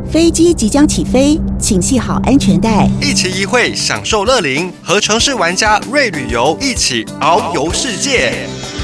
飞机即将起飞，请系好安全带。 一期一会，享受乐龄，和城市玩家瑞旅游一起遨游世界。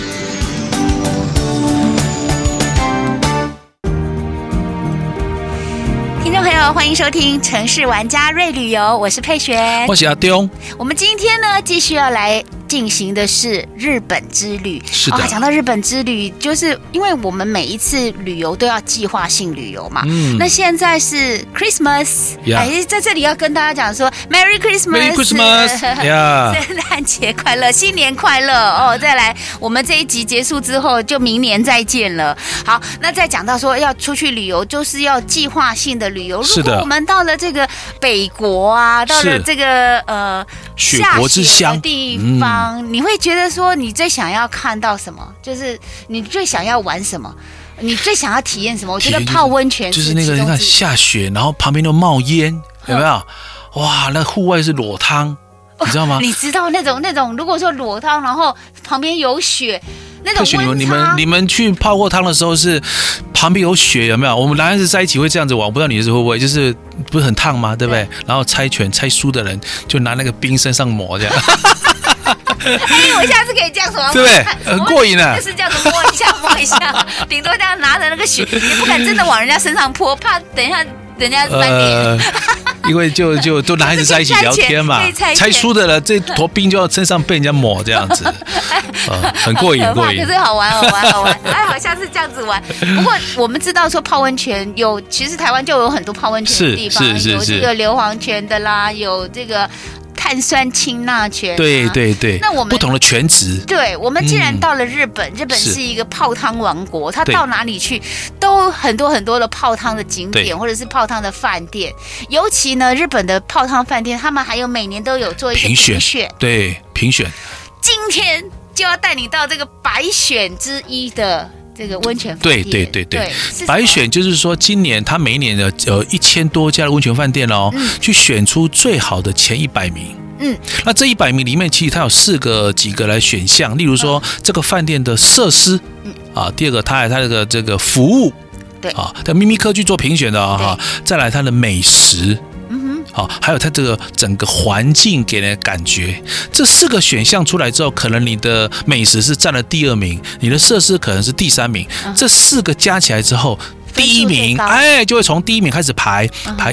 听众朋友，欢迎收听城市玩家瑞旅游，我是佩璇， 我是阿丢。 我们今天呢，继续要来进行的是日本之旅。 是的， 讲到日本之旅，就是因为我们每一次旅游都要计划性旅游嘛。那现在是 Christmas， 在这里要跟大家讲说 Merry Christmas， 圣诞节快乐，新年快乐哦！再来，我们这一集结束之后，就明年再见了。好，那再讲到说要出去旅游，就是要计划性的旅游。如果我们到了这个北国啊，到了这个雪国之乡的地方，你会觉得说你最想要看到什么？就是你最想要玩什么？你最想要体验什么？我觉得泡温泉就是那个，你看下雪，然后旁边都冒烟，有没有？哇，那户外是裸汤，你知道吗？ 你知道那种，如果说裸汤，然后旁边有雪。那种你们去泡过汤的时候是旁边有雪有没有？我们男孩子在一起会这样子玩，我不知道你是会不会，就是不是很烫吗？对不对？然后猜拳猜输的人就拿那个冰身上抹这样。 我下次可以这样子玩， 对不对？很过瘾啊！ 就是这样子摸一下，顶多这样拿着那个雪，也不敢真的往人家身上泼，怕等一下人家翻脸。 因为就都男孩子在一起聊天嘛，猜输的了，这坨冰就要身上被人家抹这样子，很过瘾， 可是好玩。哎，好像是这样子玩。不过我们知道说泡温泉其实台湾就有很多泡温泉的地方，有这个硫磺泉的啦，有这个碳酸氢钠泉， 对。 那我们不同的泉质， 对，我们既然到了日本，日本是一个泡汤王国，它到哪里去都很多很多的泡汤的景点，或者是泡汤的饭店。尤其呢，日本的泡汤饭店，他们还有每年都有做一个评选， 对，评选。 今天就要带你到这个百选之一的这个温泉饭店。 对，百选就是说，今年他每一年的1000多家的温泉饭店去选出最好的前100名。那这100名里面，其实它有几个来选项，例如说这个饭店的设施，第二个它的这个服务， 对在秘密客去做评选的再来它的美食。还有它这个整个环境给人的感觉，这4个选项出来之后，可能你的美食是占了第2名，你的设施可能是第3名，这4个加起来之后，第1名，就会从第1名开始排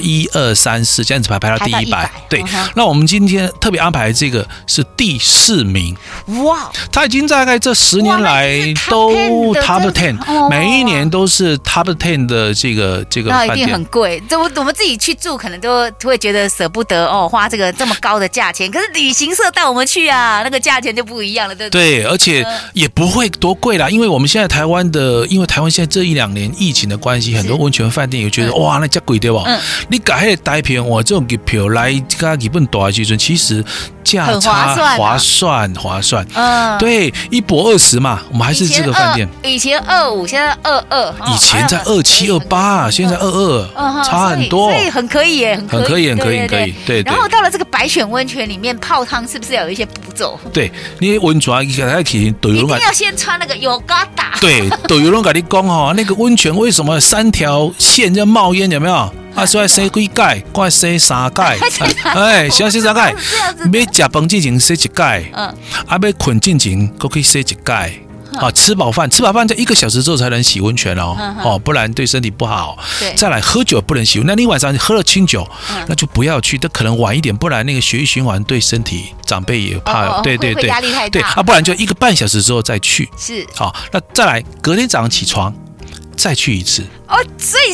1、2、3、4这样子排到第100。对，那我们今天特别安排的这个是第4名。哇，他已经大概这10年来都 Top 10，每一年都是 Top 10的这个饭店。 那一定很贵，我们自己去住可能都会觉得舍不得花这个这么高的价钱。可是旅行社带我们去啊，那个价钱就不一样了，对不对？ 对，而且也不会多贵啦，因为我们现在台湾现在这1-2年疫情的关系，很多温泉饭店也觉得哇，那价贵对吧？你改那个台票，我这种票来跟日本大的时候，其实价差划算。对，1博20嘛，我们还是这个饭店。 以前25，现在22， 以前在27、28，现在22，差很多， 所以很可以耶， 很可以。对。 然后到了这个百选温泉里面泡汤，是不是有一些步骤？ 对，你温泉一定要先穿那个有嘎达。对， 导游都跟你讲那个温泉为什么3条线在冒烟，有没有？所以洗几盖，快洗3盖，先洗3盖。要吃饭之前洗1盖，要困之前可以洗1盖。吃饱饭在1个小时之后才能洗温泉不然对身体不好。再来喝酒不能洗，那你晚上喝了清酒，那就不要去，这可能晚一点，不然那个血液循环对身体长辈也怕。对， 压力太大。 不然就1个半小时之后再去。 是。 那再来隔天早上起床再去一次。 所以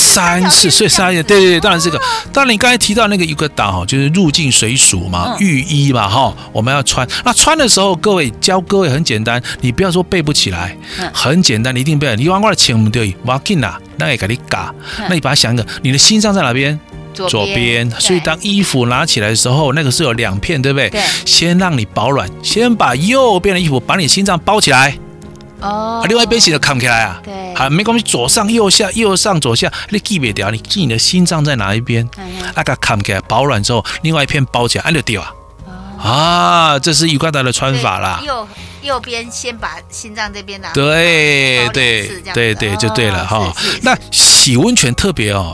3次，所以3对，当然这个，当然你刚才提到那个有个岛就是入境水署嘛，浴衣嘛我们要穿。那穿的时候，教各位很简单，你不要说背不起来，很简单，你一定背。你往我的钱不对，我紧啦，那也给你嘎。那你把它想一个，你的心脏在哪边？左边。所以当衣服拿起来的时候，那个是有2片，对不对？对。先让你保暖，先把右边的衣服把你心脏包起来。另外一边洗的扛起来啊，对，好，没关系，左上右下，右上左下，你记不掉，你记你的心脏在哪一边，给它扛起来，保暖之后，另外一片包起来，就掉这是浴衣的穿法啦。 右边先把心脏这边拿， 对，就对了哈。那洗温泉特别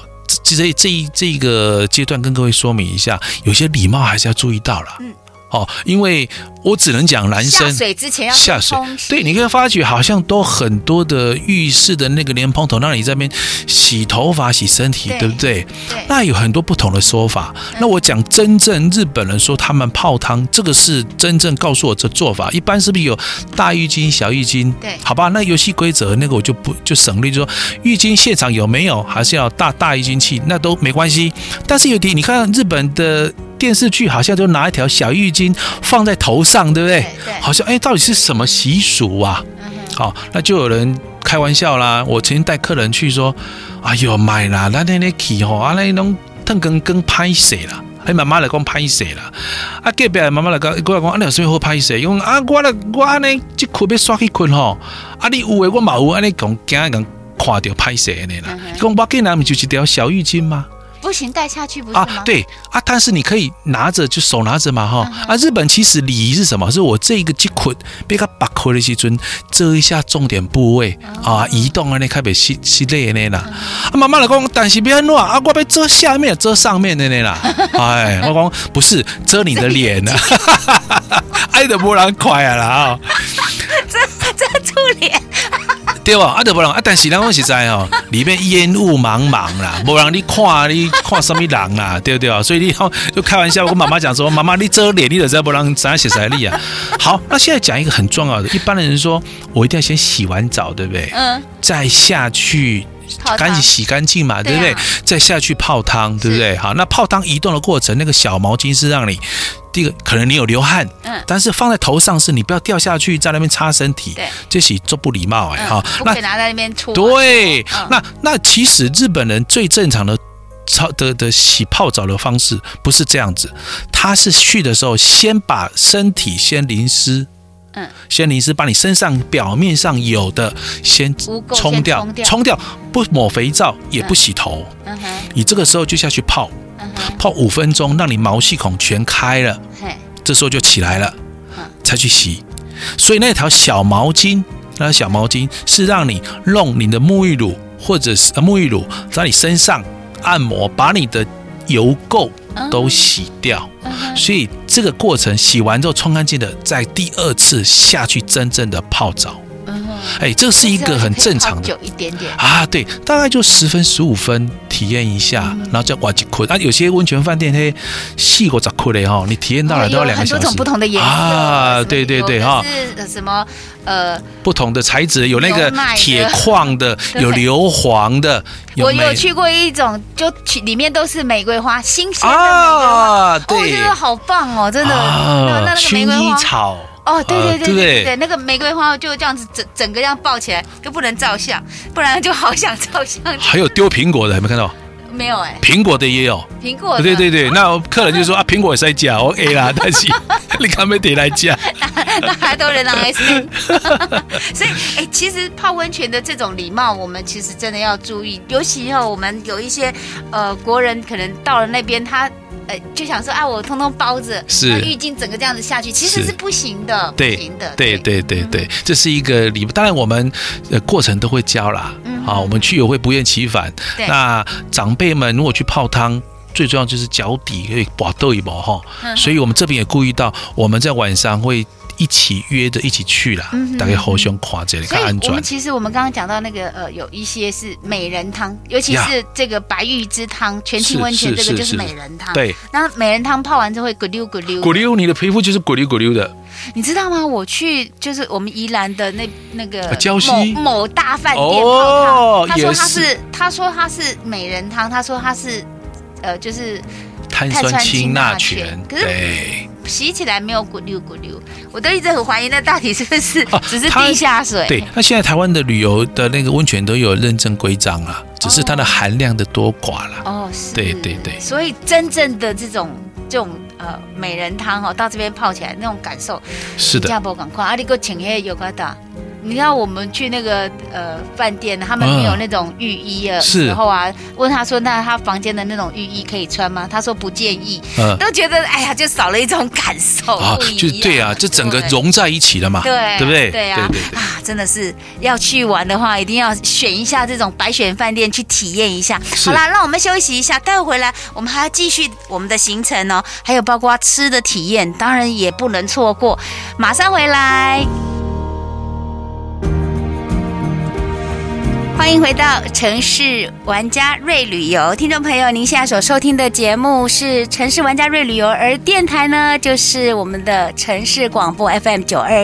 这一个阶段跟各位说明一下，有些礼貌还是要注意到了。因为我只能讲男生下水之前要下水，对，你可以发觉好像都很多的浴室的那个莲蓬头，让你在那边洗头发、洗身体，对不对？对。那有很多不同的说法。那我讲真正日本人说他们泡汤，这个是真正告诉我这做法。一般是不是有大浴巾、小浴巾？对，好吧。那游戏规则那个我就省略，就说浴巾现场有没有，还是要大浴巾器，那都没关系。但是有题，你看日本的电视剧好像就拿一条小浴巾放在头上，对不对？对，好像到底是什么习俗啊？好，那就有人开玩笑啦。我曾经带客人去说：“哎呦，买啦，咱那去吼，啊，那拢腾更拍谁啦？哎，妈妈来讲拍谁啦？啊，隔壁妈妈来讲，我来讲，啊，你有什么好拍谁？因为啊，我安尼即困要刷去困吼，啊，你有诶，我嘛有，安尼讲惊人看到拍谁呢啦？讲我给人不就是一条小浴巾吗？” 不行，带下去不是吗？ 对啊，但是你可以拿着，就手拿着嘛哈。日本其实礼仪是什么？是我这个这捆被他拔开的时阵遮一下重点部位移动啊，那开始洗累的啦。妈妈来讲，但是不要弄啊，我被遮下面、遮上面的啦。哎，我讲不是遮你的脸啊，爱的不让快啊啦遮住脸。 对吧？就不让但是咱讲实在里面烟雾茫茫啦，不让你看什么人啦，对不对？所以你就开玩笑，我跟妈妈讲说，妈妈你遮脸，你就知道不让咱写在力啊。好，那现在讲一个很重要的，一般的人说我一定要先洗完澡，对不对？再下去。赶紧洗干净嘛，对不对？再下去泡汤，对不对？好，那泡汤移动的过程，那个小毛巾是让你第一个可能你有流汗，但是放在头上是你不要掉下去，在那边擦身体，这是做不礼貌哈。不可以拿在那边搓。 对，那其实日本人最正常的洗泡澡的方式不是这样子，他是去的时候先把身体先淋湿。先淋湿，把你身上表面上有的先冲掉，不抹肥皂，也不洗头。你这个时候就下去泡5分钟，让你毛细孔全开了，这时候就起来了，才去洗。所以那条小毛巾是让你弄你的沐浴乳或者是沐浴乳在你身上按摩，把你的油垢都洗掉。所以这个过程洗完之后冲干净的，在第2次下去真正的泡澡。这是一个很正常的， 久一点点对，大概就10分15分体验一下，然后再挖几困有些温泉饭店细过10困嘞你体验到了都要2个小时， 很多种不同的颜色对是什么不同的材质，有那个铁矿的，有硫磺的。 我有去过一种，就里面都是玫瑰花，新鲜的玫瑰花，对，真的好棒哦，真的。那个玫瑰花，薰衣草。对，那个玫瑰花就这样子整个这样抱起来，就不能照相，不然就好想照相。 还有丢苹果的，有没有看到？ 没有苹果的也有， 苹果的对，那客人就说苹果也在加，我 A 啦，但是你看没得来加， 那还都人来生。所以其实泡温泉的这种礼貌，我们其实真的要注意，尤其我们有一些国人可能到了那边他。就想说我通通包着，是浴巾整个这样子下去，其实是不行的，不行的。 对，这是一个礼，当然我们过程都会教啦。我们去也会不厌其烦。那长辈们如果去泡汤，最重要就是脚底可以拔豆一包哈。所以我们这边也顾虑到，我们在晚上会一起约着一起去啦，大概互相看这里看安全。 其实我们刚刚讲到那个有一些是美人汤，尤其是这个白玉之汤，全清温泉这个就是美人汤。对，那美人汤泡完之后会咕溜咕溜， 咕溜，你的皮肤就是咕溜咕溜的。 你知道吗？我去就是我们宜兰的那个礁溪某大饭店泡汤，他说他是美人汤，他说他是就是碳酸氢钠泉， 可是洗起来没有咕溜咕溜，我都一直很怀疑那到底是不是只是地下水。 对，那现在台湾的旅游的那个温泉都有认证规章啦，只是它的含量的多寡啦。 是， 对。 所以真正的这种美人汤到这边泡起来那种感受， 是的。 加不赶快，你给我请黑油疙瘩。 你知道我们去那个饭店，他们没有那种浴衣的时候啊，问他说那他房间的那种浴衣可以穿吗？他说不建议，都觉得哎呀，就少了一种感受，不一样。 就对啊，就整个融在一起了嘛，对不对？ 对啊，真的是要去玩的话，一定要选一下这种百选饭店去体验一下。好啦，让我们休息一下，待会回来我们还要继续我们的行程哦，还有包括吃的体验，当然也不能错过。马上回来。欢迎回到城市玩家瑞旅游，听众朋友，您现在所收听的节目是城市玩家瑞旅游，而电台呢就是我们的城市广播 FM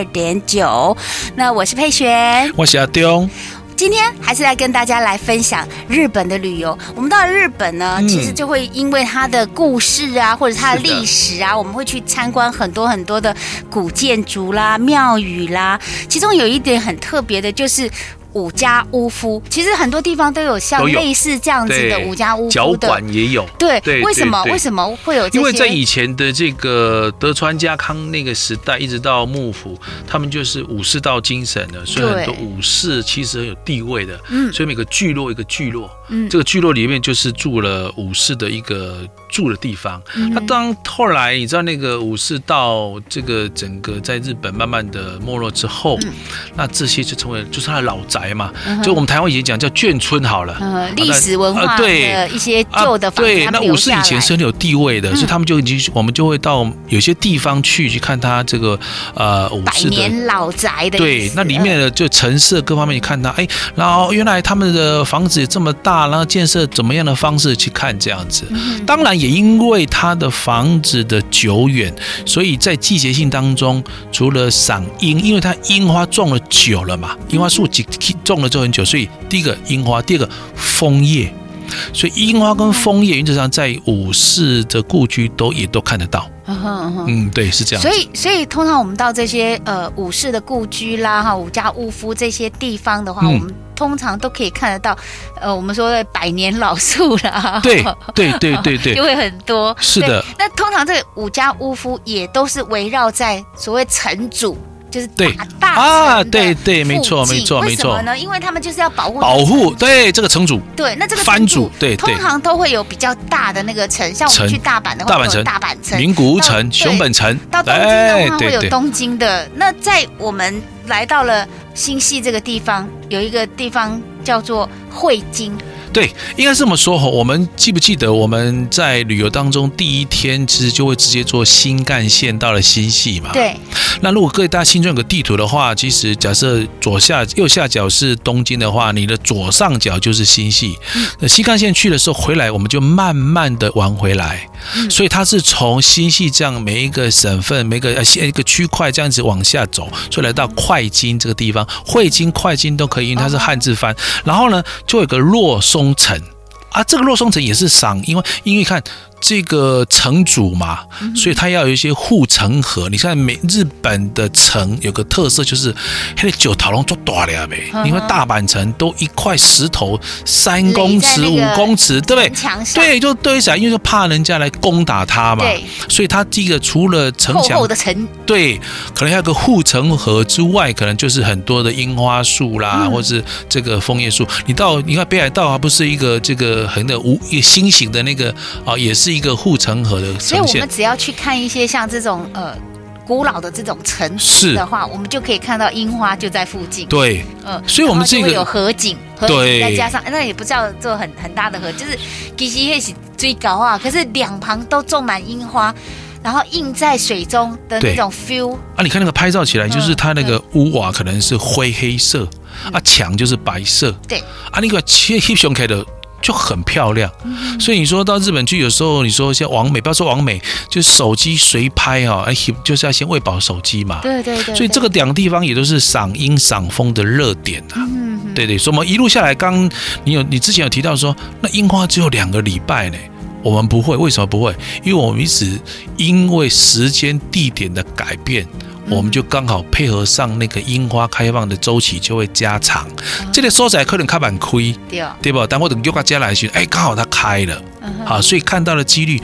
92.9。那我是佩璇， 我是阿东。 今天还是来跟大家来分享日本的旅游。我们到了日本呢，其实就会因为它的故事啊，或者它的历史啊，我们会去参观很多很多的古建筑啦、庙宇啦。其中有一点很特别的，就是五家屋夫，其实很多地方都有像类似这样子的五家屋夫的， 脚馆也有。 对，为什么会有这些？ 因为在以前的这个德川家康那个时代，一直到幕府，他们就是武士道精神的，所以很多武士其实很有地位的。所以每个聚落一个聚落，这个聚落里面就是住了武士的一个住的地方。那当后来你知道那个武士道这个整个在日本慢慢的没落之后，那这些就成为就是他的老宅嘛，就我们台湾以前讲叫眷村好了， 历史文化的一些旧的房子， 对，那武士以前是很有地位的，所以他们就已经我们就会到有些地方去看他这个武士的百年老宅的， 对，那里面的就陈设各方面，你看他然后原来他们的房子也这么大，然后建设怎么样的方式去看这样子。当然也因为他的房子的久远，所以在季节性当中，除了赏樱，因为它樱花种了久了嘛，樱花树种了就很久，所以第一个樱花，第二个枫叶，所以樱花跟枫叶原则上在武士的故居也都看得到。对，是这样。 所以通常我们到这些武士的故居啦、五家屋夫这些地方的话，我们通常都可以看得到，我们说的百年老树啦。对，就会很多。 是的。 那通常这五家屋夫也都是围绕在所谓城主。就是大城的对，没错。 为什么呢？因为他们就是要保护对这个城主， 对，那这个藩主，对， 通常都会有比较大的那个城，像我们去大阪的话，大阪城、 名古屋城、熊本城， 到东京的话会有东京的。那在我们来到了新系这个地方，有一个地方叫做会津。 对，应该这么说，我们记不记得我们在旅游当中第一天其实就会直接坐新干线到了新系嘛？ 对。 那如果各位大家心中有个地图的话，其实假设右下角是东京的话，你的左上角就是新系。新干线去的时候回来，我们就慢慢的玩回来。所以它是从新系这样每一个省份、每个一个区块这样子往下走，所以来到会津这个地方，会津、会津都可以，因为它是汉字翻。然后呢，就有个洛松城啊，这个洛松城也是赏，因为看。这个城主嘛，所以他要有一些护城河。你看日本的城有个特色，就是那个九头龙做大了呗。因为大阪城都一块石头3公尺、5公尺，对不对？对，就堆起来，因为就怕人家来攻打他嘛。对，所以他这个除了城墙厚的城， 对，可能还有个护城河之外，可能就是很多的樱花树啦，或是这个枫叶树。你看北海道啊，不是一个这个很的一个心形的那个啊，也是一个护城河的呈现。 所以我们只要去看一些像这种古老的这种城市的话，我们就可以看到樱花就在附近。 对，所以我们这个有河景，再加上那也不叫做很大的河，就是其实也是最高啊，可是两旁都种满樱花。然后映在水中的那种 feel 啊，你看那个拍照起来，就是它那个屋瓦可能是灰黑色，墙就是白色，对啊，那个切黑熊开的就很漂亮。所以你说到日本去，有时候你说像网美，不要说网美，就是手机随拍就是要先喂饱手机嘛。对。所以这个两个地方也都是赏樱赏枫的热点啊。对，所以我们一路下来，刚你之前有提到说，那樱花只有2个礼拜呢。我们不会，为什么不会？因为我们一直因为时间地点的改变，我们就刚好配合上那个樱花开放的周期就会加长。这个所在可能较慢开，对吧？但我等又加来时，刚好它开了，好，所以看到的几率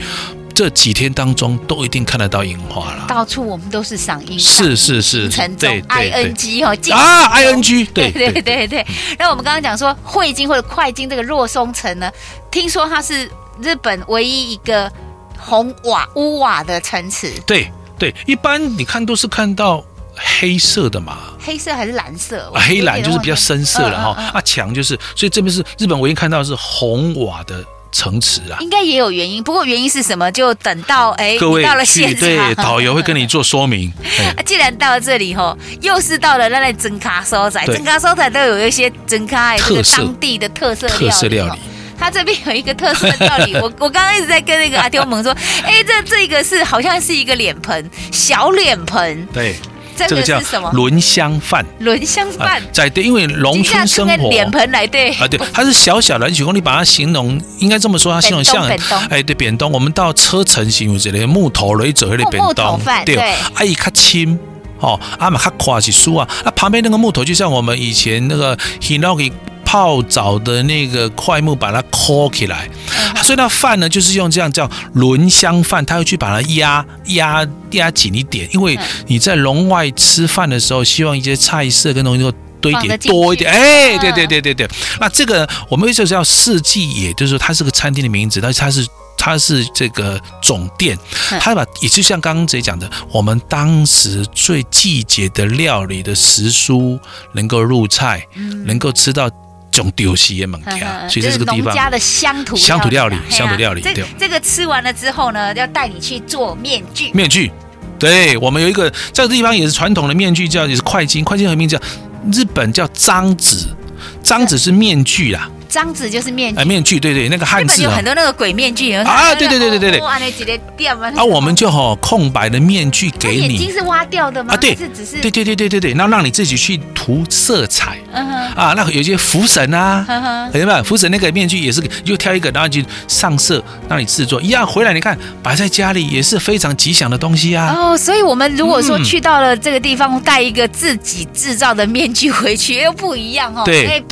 这几天当中都一定看得到樱花了， 到处我们都是赏樱， 是， 对 ，ing 哦 ，ing 对。 然后我们刚刚讲说汇金或者快金这个若松城呢，听说它是日本唯一一个红屋瓦的城池。 对，一般你看都是看到黑色的嘛， 黑色还是蓝色？ 黑蓝就是比较深色了哈，墙就是，所以这边是日本唯一看到的是红瓦的城池啊， 应该也有原因，不过原因是什么？就等到各位到了现场， 对，导游会跟你做说明。 既然到了这里又是到了那整卡所在，整卡所在都有一些整卡这个当地的特色料理。他这边有一个特色的料理，我刚刚一直在跟那个阿丢蒙说，这个是好像是一个脸盆，小脸盆， 对。 这个叫轮香饭，在对，因为农村生活， 脸盆来对啊，对，它是小小的，你把它形容，应该这么说，它形容像，对，扁冬，我们到车城形容这类木头来做那个扁冬，对，伊较轻。嘛较宽是酥啊，旁边那个木头就像我们以前那个 hinoki 泡澡的那个块木，把它抠起来，所以那饭呢就是用这样叫轮香饭，它会去把它压紧一点，因为你在笼外吃饭的时候，希望一些菜色跟东西都堆叠多一点，对，那这个我们为什么叫四季野，就是说它是个餐厅的名字，但是它是这个总店，它也就像刚刚谁讲的，我们当时最季节的料理的时蔬能够入菜，能够吃到这种丢席的物件，所以这是个地方农家的乡土料理。这个吃完了之后呢，要带你去做面具。 对，我们有一个这个地方也是传统的面具，也是快金和面叫日本叫章子是面具啦。 章子就是面具， 面具对，那个汉字有很多那个鬼面具啊，对，我们就空白的面具给你， 眼睛是挖掉的吗？ 对，对，然后让你自己去涂色彩，那有些福神啊，有没有福神那个面具也是，就挑一个，然后就上色，让你制作一样，回来你看摆在家里也是非常吉祥的东西啊。 所以我们如果说去到了这个地方，带一个自己制造的面具回去，又不一样对，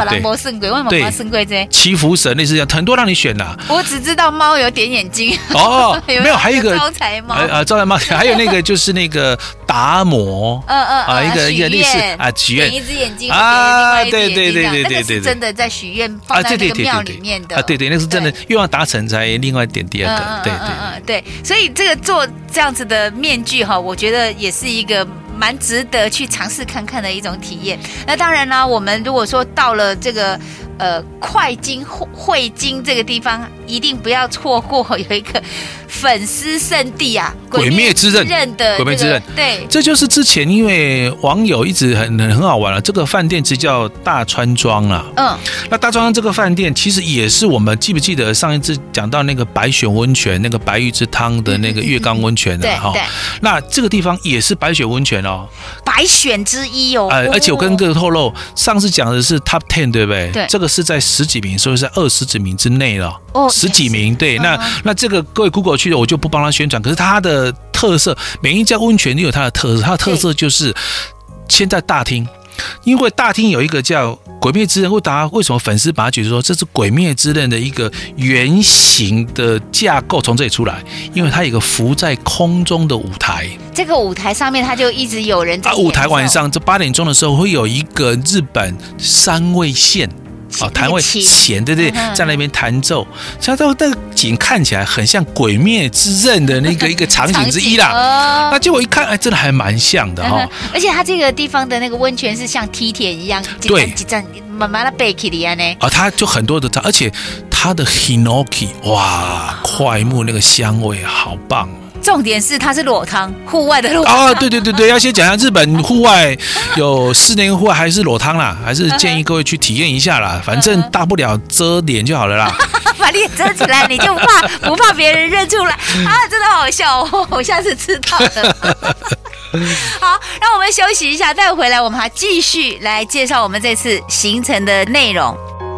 祈福神类似这样，很多让你选的。 我只知道猫有点眼睛没有，还有一个招财猫招财猫，还有那个就是那个达摩一个类似许愿一只眼睛对， 那个是真的在许愿放在那个庙里面的对，那是真的愿望达成才另外点第二个， 对，所以这个做这样子的面具我觉得也是一个蛮值得去尝试看看的一种体验。那当然啦，我们如果说到了这个快金汇金这个地方，一定不要错过有一个粉丝圣地啊， 鬼灭之刃的鬼灭之刃， 对， 这就是之前因为网友一直很好玩了，这个饭店只叫大川庄啦。那大川庄这个饭店其实也是我们记不记得上一次讲到那个白雪温泉那个白玉之汤的那个月冈温泉的对， 那这个地方也是白雪温泉百选之一而且我跟各位透露，上次讲的是 Top 10对不对？ 对， 这个是在10几名，所以在20几名之内了。10几名，对，那这个各位 Google 去的我就不帮他宣传，可是它的特色，每一家温泉都有它的特色，它的特色就是先在大厅。因为大厅有一个叫《鬼灭之刃》，为什么粉丝把它觉得说这是《鬼灭之刃》的一个原型的架构从这里出来？因为它有一个浮在空中的舞台， 这个舞台上面它就一直有人在演奏。 舞台晚上这8点钟的时候会有一个日本三味线。弹味弦，对，在那边弹奏，所以那个景看起来很像《鬼灭之刃》的那个一个场景之一啦。那结果一看，真的还蛮像的而且它这个地方的那个温泉是像梯田一样， 对， 几站慢慢的背起来呢。 它就很多的，而且它的 hinoki 哇，檜木那个香味好棒。 重点是它是裸汤，户外的裸汤对，要先讲一下日本户外有室内户外还是裸汤啦，还是建议各位去体验一下啦，反正大不了遮脸就好了啦。 把脸遮起来，你就不怕别人认出来啊！真的好笑我下次知道了。好，让我们休息一下，待会回来我们还继续来介绍我们这次行程的内容。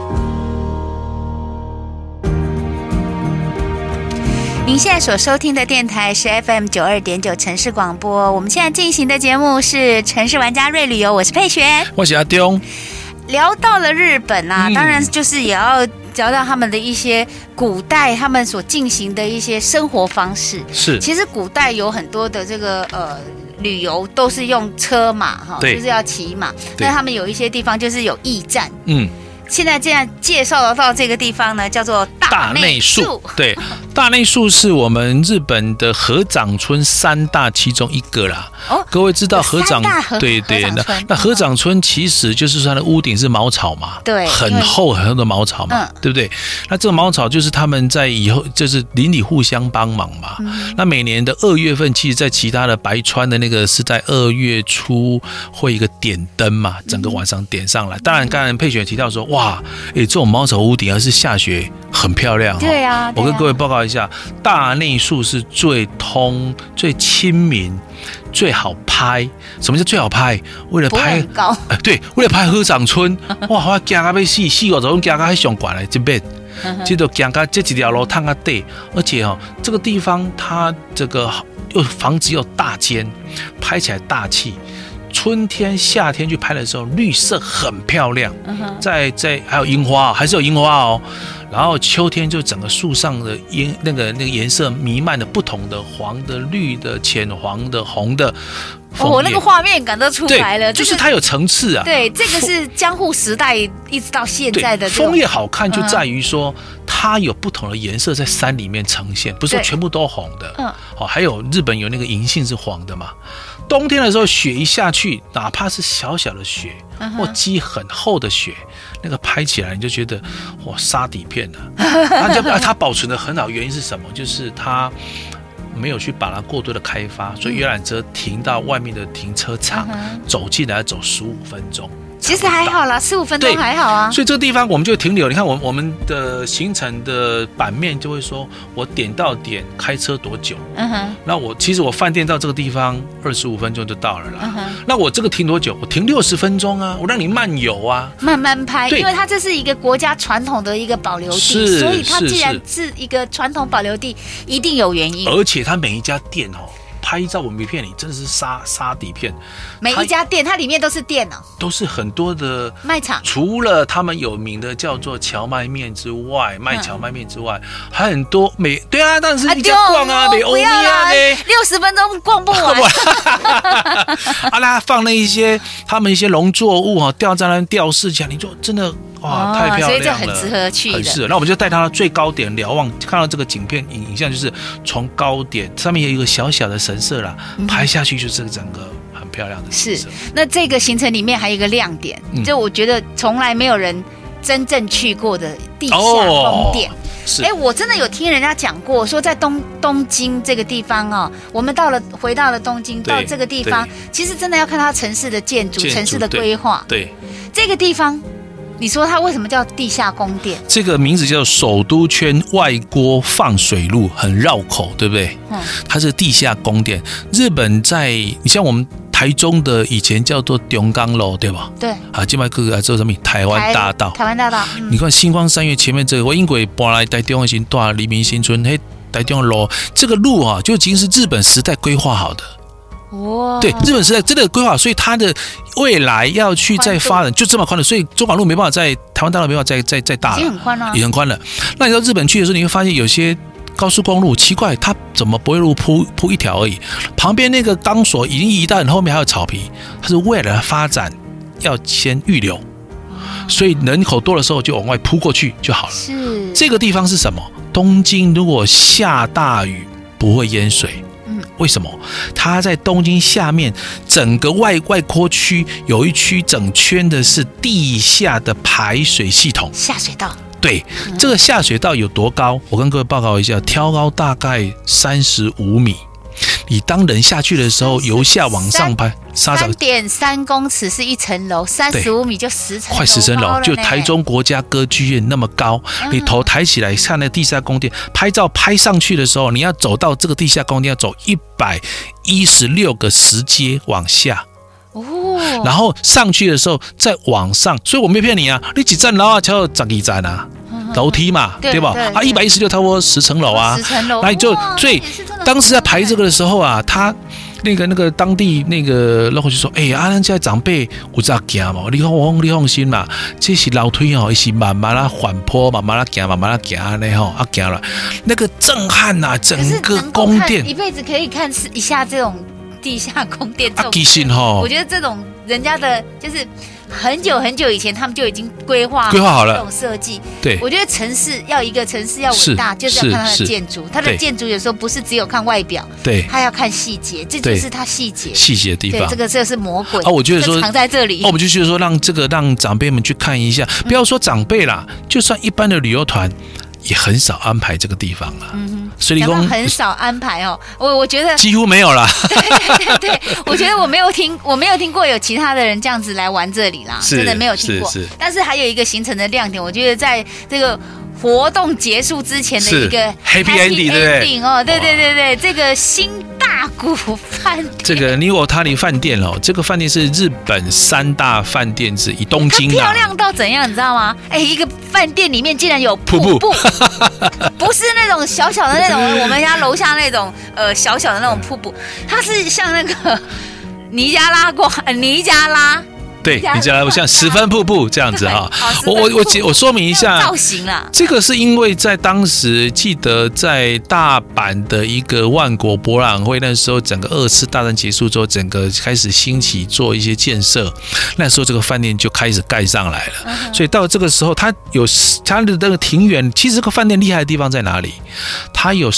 您现在所收听的电台是 FM 92.9城市广播，我们现在进行的节目是城市玩家瑞旅游，我是佩璇， 我是阿丢。 聊到了日本啊，当然就是也要聊到他们的一些古代他们所进行的一些生活方式。 是， 其实古代有很多的这个旅游都是用车马哈，就是要骑马。那他们有一些地方就是有驿站。现在这样介绍到这个地方呢，叫做大内宿。 对，大内宿是我们日本的合掌村3大其中一个啦。各位知道合掌？对，那合掌村其实就是它的屋顶是茅草嘛，对，很厚很厚的茅草嘛，对不对？那这个茅草就是他们在以后就是邻里互相帮忙嘛。那每年的2月份，其实在其他的白川的那个是在2月初会一个点灯嘛，整个晚上点上来。当然，刚才佩璇提到说，哇，这种茅草屋顶要是下雪很漂亮。对啊，我跟各位报告一下，大内宿是最通、最亲民、最好拍。什么叫最好拍？为了拍高，对，为了拍合掌村，哇，我行到要死，4-5种行到上悬的这边，这都行到这几条路探到底，而且这个地方它这个又房子又大间，拍起来大气。春天、夏天去拍的时候，绿色很漂亮。在还有樱花，还是有樱花哦。然后秋天就整个树上的那个颜色弥漫的不同的黄的、绿的、浅黄的、红的。 那个画面感都出来了， 就是它有层次啊。对， 这个是江户时代一直到现在的枫叶好看，就在于说它有不同的颜色在山里面呈现，不是说全部都红的。还有日本有那个银杏是黄的嘛。冬天的时候，雪一下去，哪怕是小小的雪，或积很厚的雪，那个拍起来你就觉得哇，沙底片啊。它保存的很好，原因是什么？就是它没有去把它过多的开发，所以游览车停到外面的停车场，走进来要走15分钟。 其实还好啦，15分钟还好啊。 所以这个地方我们就停留。你看我们的行程的版面就会说，我点到点开车多久？那其实我饭店到这个地方25分钟就到了啦。那我这个停多久？我停60分钟啊，我让你慢游啊， 慢慢拍。因为它这是一个国家传统的一个保留地，所以它既然是一个传统保留地，一定有原因。 而且它每一家店拍照我没骗你，真的是沙底片。 每一家店它里面都是店都是很多的卖场。除了他们有名的叫做荞麦面之外，卖荞麦面之外，还很多对啊，当然是一家逛啊， 不要啦，60分钟逛不完。 放了一些他们一些农作物吊在那吊饰起来，你就真的哇，太漂亮了， 所以这很值得去的， 很适合。那我们就带他到最高点瞭望，看到这个影像，就是从高点上面有一个小小的神社啦，拍下去就是整个很漂亮的神社。是， 那这个行程里面还有一个亮点，就我觉得从来没有人真正去过的地下宫殿。我真的有听人家讲过，说在东京这个地方我们回到了东京，到这个地方，其实真的要看它城市的建筑、城市的规划。对，这个地方。你说它为什么叫地下宫殿？ 这个名字叫首都圈外郭放水路，很绕口，对不对？它是地下宫殿。日本你像我们台中的以前叫做中港路，对吧？对。现在各个叫什么？台湾大道。 台湾大道。 你看星光三月前面这个，我因为搬来台中的时候，黎明新村台中路，这个路就已经是日本时代规划好的。对，日本时代真的规划，所以它的未来要去再发展就这么宽了，所以中港路没办法台湾大道没办法再大了，也很宽了。那你到日本去的时候，你会发现有些高速公路奇怪，它怎么不会路铺一条而已？旁边那个钢索已经移到很后面还有草皮，它是为了发展要先预留，所以人口多的时候就往外铺过去就好了。是这个地方是什么？东京如果下大雨不会淹水。为什么？它在东京下面整个外郭区有一区整圈的是地下的排水系统， 下水道。 对，这个下水道有多高？我跟各位报告一下，挑高大概35米。你当人下去的时候，由下往上拍 ，3.3公尺是一层楼，35米就10层楼， 快10层楼，就台中国家歌剧院那么高。你头抬起来看那地下宫殿，拍照拍上去的时候，你要走到这个地下宫殿，要走116个石阶往下。然后上去的时候再往上，所以我没骗你啊，你几站楼才有12站啊。楼梯嘛，对吧？116差不多10层楼啊，10层楼。那你就所以当时在排这个的时候啊，他那个当地那个老伙就说，咱现在长辈有在行嘛，你放心嘛，这是楼梯哦，是慢慢啦缓坡，慢慢啦行，慢慢啦行呢吼，行了，那个震撼呐，整个宫殿， 一辈子可以看一下这种地下宫殿这种， 其实吼， 我觉得这种人家的就是很久很久以前他们就已经规划好了这种设计。 对， 我觉得一个城市要伟大，就是要看它的建筑。它的建筑有时候不是只有看外表，对，它要看细节，这就是它细节的地方。对，这个是魔鬼我觉得说藏在这里。 我们就觉得说让长辈们去看一下，不要说长辈啦，就算一般的旅游团也很少安排这个地方了。所以很少安排哦，我觉得几乎没有啦。 对，我觉得我没有听过有其他的人这样子来玩这里啦，真的没有听过。但是还有一个行程的亮点，我觉得在这个活动结束之前的一个 happy ending 哦，对，这个新大谷饭店， 这个尼沃塔尼饭店哦，这个饭店是日本3大饭店之一，东京漂亮到怎样，你知道吗？一个饭店里面竟然有瀑布，不是那种小小的那种，我们家楼下那种小小的那种瀑布，它是像那个尼加拉。 对，你知道像10分瀑布这样子哈。我说明一下造型啦。 这个是因为在当时记得在大阪的一个万国博览会，那时候整个2次大战结束之后，整个开始兴起做一些建设，那时候这个饭店就开始盖上来了。所以到这个时候，它的那个庭园，其实这个饭店厉害的地方在哪里？它有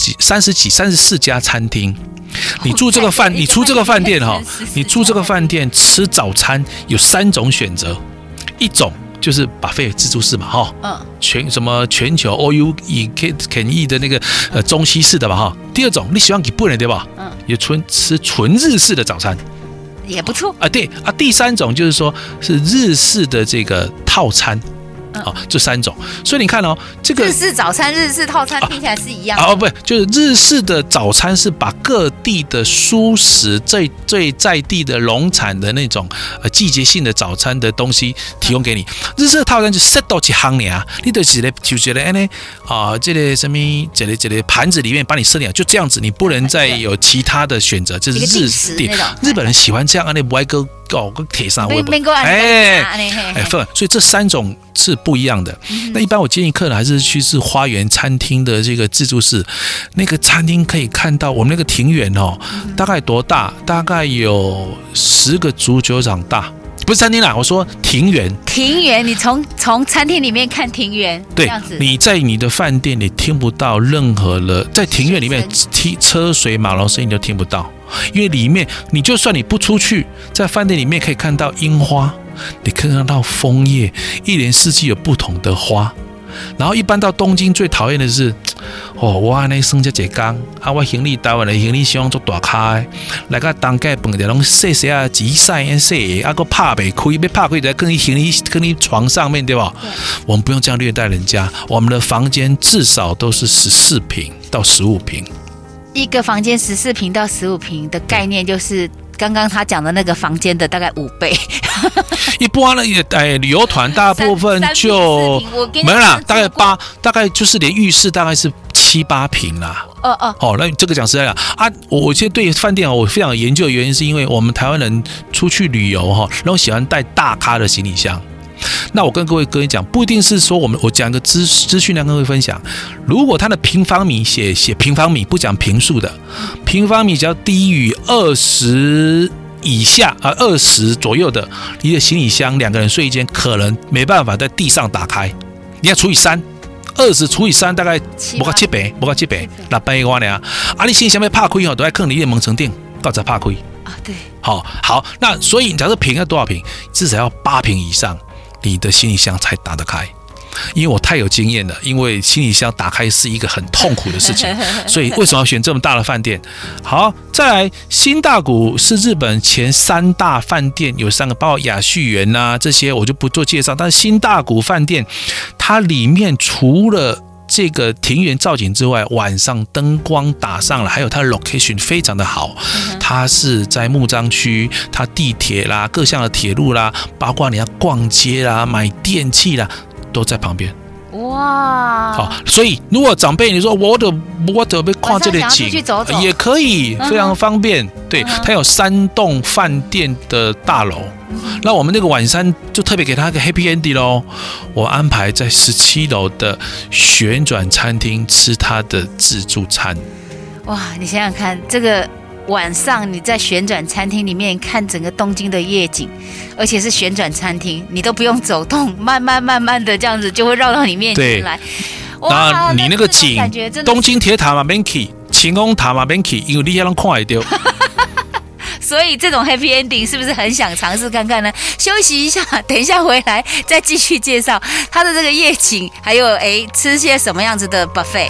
34家餐厅。你住这个饭店哈，你住这个饭店吃早餐有3种选择，一种就是buffet自助式嘛哈，全球 all you can eat 的那个中西式的吧哈。第二种你喜欢日本人对吧？也吃纯日式的早餐也不错啊。对啊，第3种就是说是日式的这个套餐。这3种，所以你看哦，这个日式早餐、日式套餐听起来是一样的不，就是日式的早餐是把各地的蔬食最在地的农产的那种季节性的早餐的东西提供给你。日式的套餐就塞到一行呢，你就是觉得这个什么这个盘子里面把你设定就这样子，你不能再有其他的选择，这是日式的。日本人喜欢这样，不爱搁铁上微波，所以这3种是不一样的。那一般我建议客人还是去花园餐厅的这个自助式，那个餐厅可以看到我们那个庭园哦，大概多大？大概有10个足球场大。不是餐厅啦，我说庭园。 你从餐厅里面看庭园， 对， 这样子。 你在你的饭店你听不到任何的，在庭院里面车水马龙声音都听不到，因为里面你就算你不出去，在饭店里面可以看到樱花，你可以看到枫叶，一年四季有不同的花。然后一般到东京最讨厌的是，我安尼生这一天我行李台湾的行李箱做大开，来个当街饭店拢细细啊，挤晒细，个拍袂开，要拍开在跟你床上面对吧？我们不用这样虐待人家，我们的房间至少都是14平到15平。 一个房间14平到15平的概念就是刚刚他讲的那个房间的大概5倍。 一般的旅游团大部分就没有啦，大概就是连浴室大概是7、8平啦。那这个讲实在的我现在对饭店我非常有研究的原因，是因为我们台湾人出去旅游然后喜欢带大咖的行李箱。那我跟各位讲，不一定是说我讲个资讯来跟各位分享。如果它的平方米写平方米，不讲平数的，平方米只要低于20以下20左右的，你的行李箱2个人睡一间，可能没办法在地上打开，你要除以3，20除以3大概不到700，600块呢。你行李箱要拍开都要放你的门床顶，到才拍开。 对。 好，那所以你假设平要多少平？至少要8平以上，你的行李箱才打得开。因为我太有经验了，因为行李箱打开是一个很痛苦的事情，所以为什么要选这么大的饭店？好，再来，新大谷是日本前3大饭店，有3个，包括雅旭园这些我就不做介绍。但是新大谷饭店，它里面除了这个庭园造景之外，晚上灯光打上了，还有它的 location 非常的好。它是在木章区，它地铁啦、各项的铁路啦，包括你要逛街啦、买电器啦，都在旁边。 哇， 好，所以如果长辈你说我得被看这里景，也可以，非常方便。对，它有3栋饭店的大楼，那我们那个晚上就特别给他一个 happy ending 咯。我安排在17楼的旋转餐厅吃他的自助餐。 哇，你想想看，这个晚上你在旋转餐厅里面看整个东京的夜景，而且是旋转餐厅，你都不用走动，慢慢的这样子就会绕到你面前来。 哇，你那个景，东京铁塔嘛免去，晴空塔嘛免去，因为你也能看得到。 所以这种 happy ending 是不是很想尝试看看呢？休息一下，等一下回来再继续介绍它的这个夜景，还有吃些什么样子的 buffet。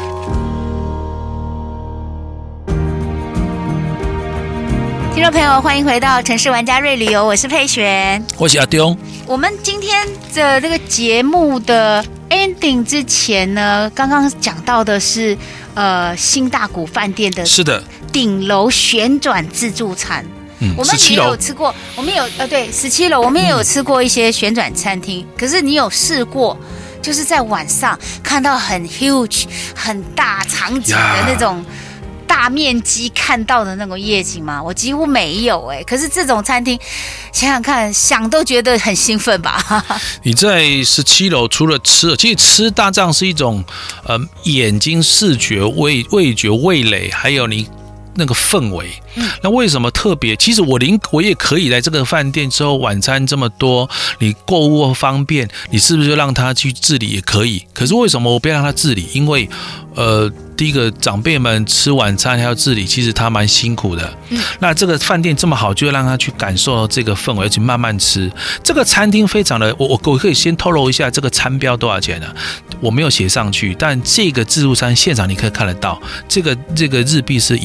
听众朋友，欢迎回到城市玩家瑞旅游，我是佩璇， 我是阿丢。 我们今天的这个节目的 ending 之前呢，刚刚讲到的是新大谷饭店的顶楼旋转自助餐。我们也有吃过，我们有对17楼，我们也有吃过一些旋转餐厅。可是你有试过，就是在晚上看到很 huge 很大场景的那种大面积看到的那种夜景吗？我几乎没有可是这种餐厅，想想看，想都觉得很兴奋吧。 你在17楼除了吃，其实吃大仗是一种眼睛视觉、味觉、味蕾，还有你那个氛围。那为什么特别？其实我也可以来这个饭店之后，晚餐这么多，你购物方便，你是不是就让他去自理也可以？可是为什么我不要让他自理？因为第一个长辈们吃晚餐还要自理，其实他蛮辛苦的。那这个饭店这么好，就让他去感受到这个氛围，而且慢慢吃。这个餐厅非常的，我可以先透露一下这个餐标多少钱呢？我没有写上去，但这个自助餐现场你可以看得到，这个日币是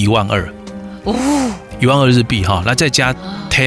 12000。12000日币哈，那再加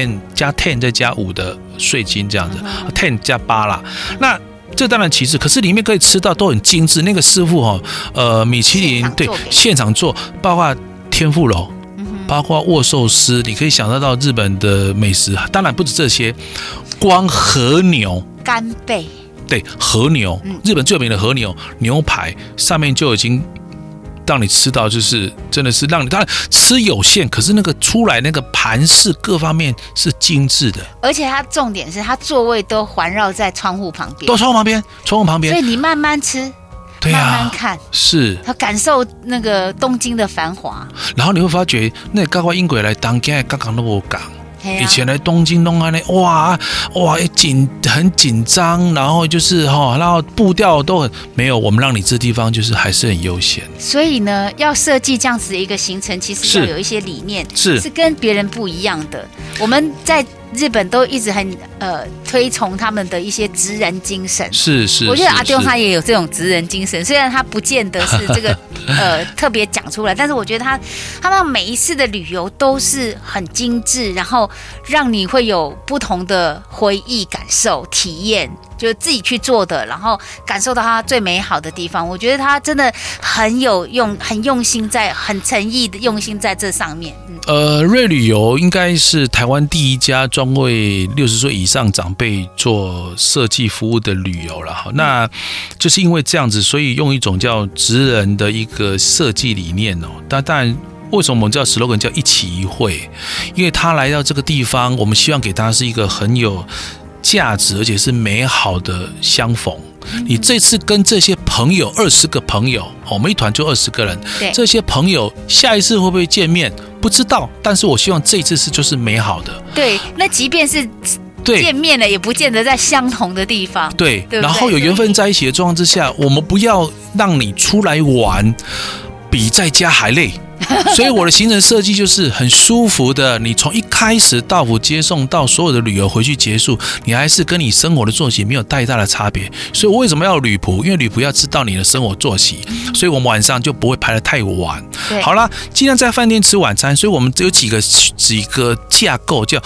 10再加5的税金这样子，10加8啦。那这当然其次，可是里面可以吃到都很精致。那个师傅米其林对现场做，包括天妇罗，包括握寿司，你可以想得到日本的美食。当然不止这些，光和牛、 干贝， 对和牛，日本最有名的和牛牛排上面就已经让你吃到，就是真的是让你当然吃有限，可是那个出来那个盘式各方面是精致的， 而且它重点是它座位都环绕在窗户旁边， 都窗户旁边， 所以你慢慢吃，慢慢看， 是它感受那个东京的繁华。 然后你会发觉，那刚刚英国来当今刚刚都无讲。以前来东京弄安呢，哇，很紧张，然后就是然后步调都很没有。我们让你这地方就是还是很悠闲。所以呢，要设计这样子的一个行程，其实要有一些理念，是跟别人不一样的。我们在日本都一直很推崇他们的一些职人精神，是，我觉得阿丢他也有这种职人精神，虽然他不见得是这个特别讲出来，但是我觉得他们每一次的旅游都是很精致，然后让你会有不同的回忆、感受、体验，就自己去做的，然后感受到它最美好的地方。我觉得他真的很用心在，很诚意的用心在这上面。 瑞旅游应该是台湾第一家专为60岁以上长辈做设计服务的旅游了。那就是因为这样子，所以用一种叫职人的一个设计理念哦。当然，为什么我们叫 slogan 叫一期一会？因为他来到这个地方，我们希望给他是一个很有价值而且是美好的相逢。你这次跟这些朋友20个朋友，我们一团就20个人，这些朋友下一次会不会见面不知道，但是我希望这一次就是美好的。对， 那即便是见面了，也不见得在相同的地方。 对，然后有缘分在一起的状况之下，我们不要让你出来玩比在家还累。所以我的行程设计就是很舒服的，你从一开始到府接送到所有的旅游回去结束，你还是跟你生活的作息没有太大的差别。所以我为什么要旅仆？因为旅仆要知道你的生活作息，所以我们晚上就不会排得太晚。好啦，既然在饭店吃晚餐，所以我们有几个架构，叫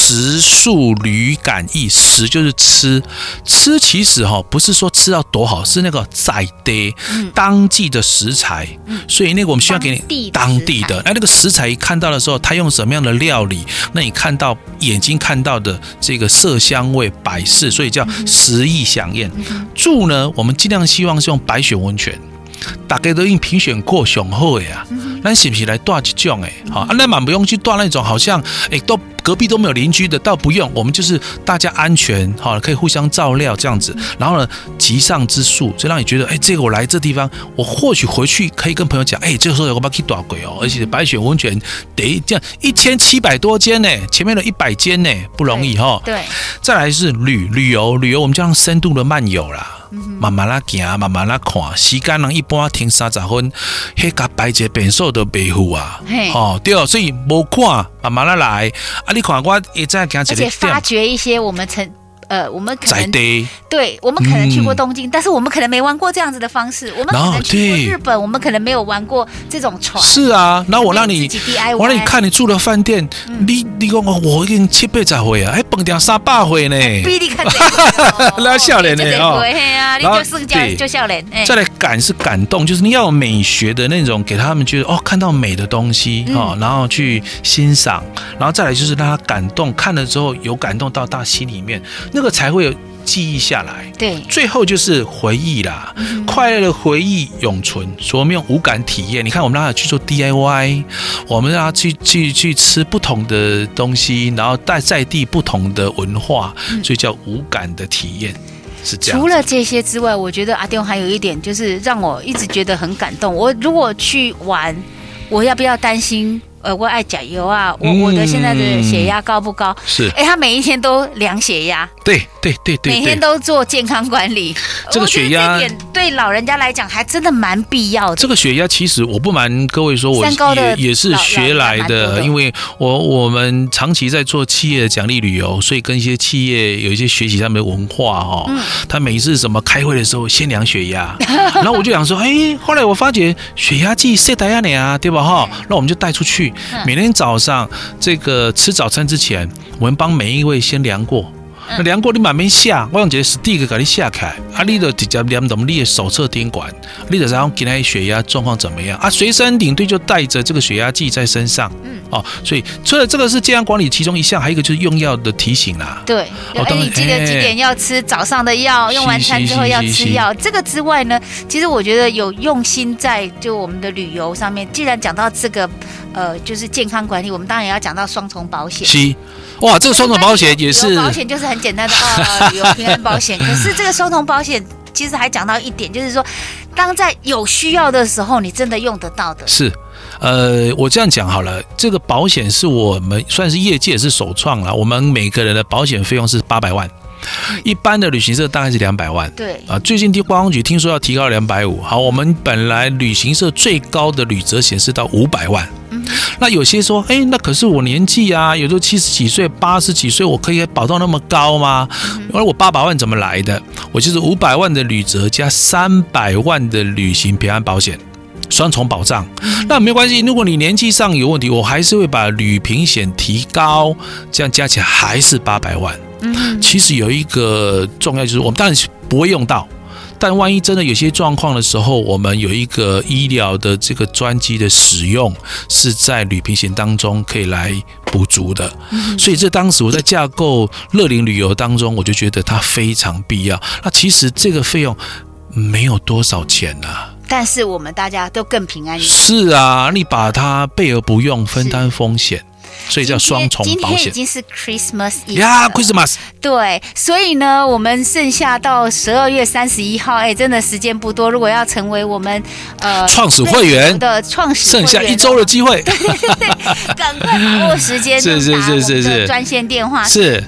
食宿旅感意，食就是吃其实不是说吃到多好，是那个在地当季的食材，所以那个我们需要给你当地的，那个食材一看到的时候，它用什么样的料理，那你看到眼睛看到的这个色香味摆饰，所以叫食艺飨宴。住呢，我们尽量希望是用白雪温泉。大家都已经评选过上好的啊，咱是不是来住这种的？好，那嘛不用去住那种好像都隔壁都没有邻居的，倒不用，我们就是大家安全，好，可以互相照料这样子。然后呢，吉上之宿，就让你觉得，这个我来这地方，我或许回去可以跟朋友讲，这个时候有个去大鬼哦，而且白雪温泉得这样1700多间呢，前面的100间呢，不容易哈。对，再来是旅游，我们叫深度的漫游啦。慢慢来行，慢慢来看，时间人一般停30分，迄个排一个变数都袂付啊。对，所以无看，慢慢来。你看我一再行一个点， 而且发掘一些我们可能对，我们可能去过东京，但是我们可能没玩过这样子的方式。我们可能去过日本，我们可能没有玩过这种船。 是啊，然后我让你看你住的饭店，你讲我已经700-800回啊，饭店300回呢， 比你看这那笑脸呢你就是就笑脸。 再来感是感动，就是你要有美学的那种，给他们觉得看到美的东西然后去欣赏，然后再来就是让他感动，看了之后有感动到他心里面。那个才会有记忆下来，对，最后就是回忆啦，快乐的回忆永存。所以我们用五感体验，你看我们让他去做 DIY， 我们让他去吃不同的东西，然后在地不同的文化，所以叫五感的体验。是这样。 除了这些之外，我觉得阿丢还有一点就是让我一直觉得很感动。我如果去玩，我要不要担心？我爱加油啊！我的现在的血压高不高？是，他每一天都量血压， 对， 每天都做健康管理。 这个血压这点对老人家来讲还真的蛮必要的。 这个血压其实我不瞒各位说，我也是学来的，因为我们长期在做企业的奖励旅游，所以跟一些企业有一些学习他们的文化他每一次什么开会的时候先量血压，然后我就想说，后来我发觉血压计设台啊你啊，对吧那我们就带出去。每天早上这个吃早餐之前，我们帮每一位先量过。那量过你慢慢下，我用一个stick给你下开，你就直接念懂你的手册顶管，你就知道今天血压状况怎么样随身领队就带着这个血压计在身上，所以除了这个是健康管理其中一项，还有一个就是用药的提醒啦。对， 你记得几点要吃早上的药，用完餐之后要吃药。这个之外呢，其实我觉得有用心在就我们的旅游上面。既然讲到这个就是健康管理，我们当然也要讲到双重保险。是， 哇，这个双重保险也是保险就是很简单的旅游平安保险。可是这个双重保险其实还讲到一点，就是说，当在有需要的时候，你真的用得到的。 是，我这样讲好了，这个保险是我们算是业界是首创了，我们每个人的保险费用是800万。一般的旅行社大概是200万，对最近观光局听说要提高250，好，我们本来旅行社最高的旅责显示到500万。那有些说，那可是我年纪啊，有时候70几岁、80几岁，我可以保到那么高吗？而我800万怎么来的？我就是500万的旅责加300万的旅行平安保险。双重保障，那没关系。如果你年纪上有问题，我还是会把旅平险提高，这样加起来还是800万。其实有一个重要就是，我们当然不会用到，但万一真的有些状况的时候，我们有一个医疗的这个专机的使用是在旅平险当中可以来补足的。所以这当时我在架构乐龄旅游当中，我就觉得它非常必要。那其实这个费用没有多少钱啊。 但是我们大家都更平安一点。 是啊，你把它备而不用，分担风险，所以叫双重保险。 今天已经是 Christmas Eve 呀，Christmas。 对，所以呢，我们剩下到12月31号，真的时间不多。如果要成为我们创始会员的创始会员， 剩下1周的机会， 对，赶快把握时间。是，专线电话是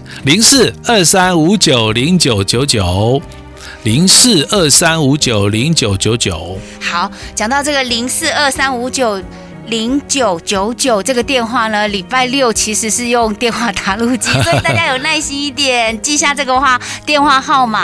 0423590999。0423590999。 好，讲到这个0423590999 0999这个电话呢，礼拜六其实是用电话打录机，所以大家有耐心一点，记下这个电话号码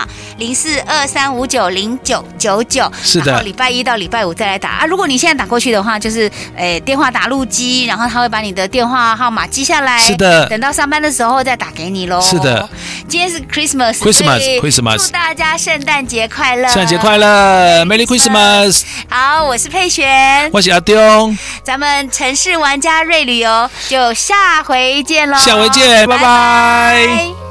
0423590999。 是的， 然后礼拜一到礼拜五再来打啊。如果你现在打过去的话，就是电话打录机，然后他会把你的电话号码记下来。 是的， 等到上班的时候再打给你咯。 是的， 今天是 Christmas， 祝大家圣诞节快乐！ 圣诞节快乐 ，Merry Christmas！ 好，我是佩璇， 我是阿丢， 咱们城市玩家瑞旅游就下回见喽， 下回见，拜拜。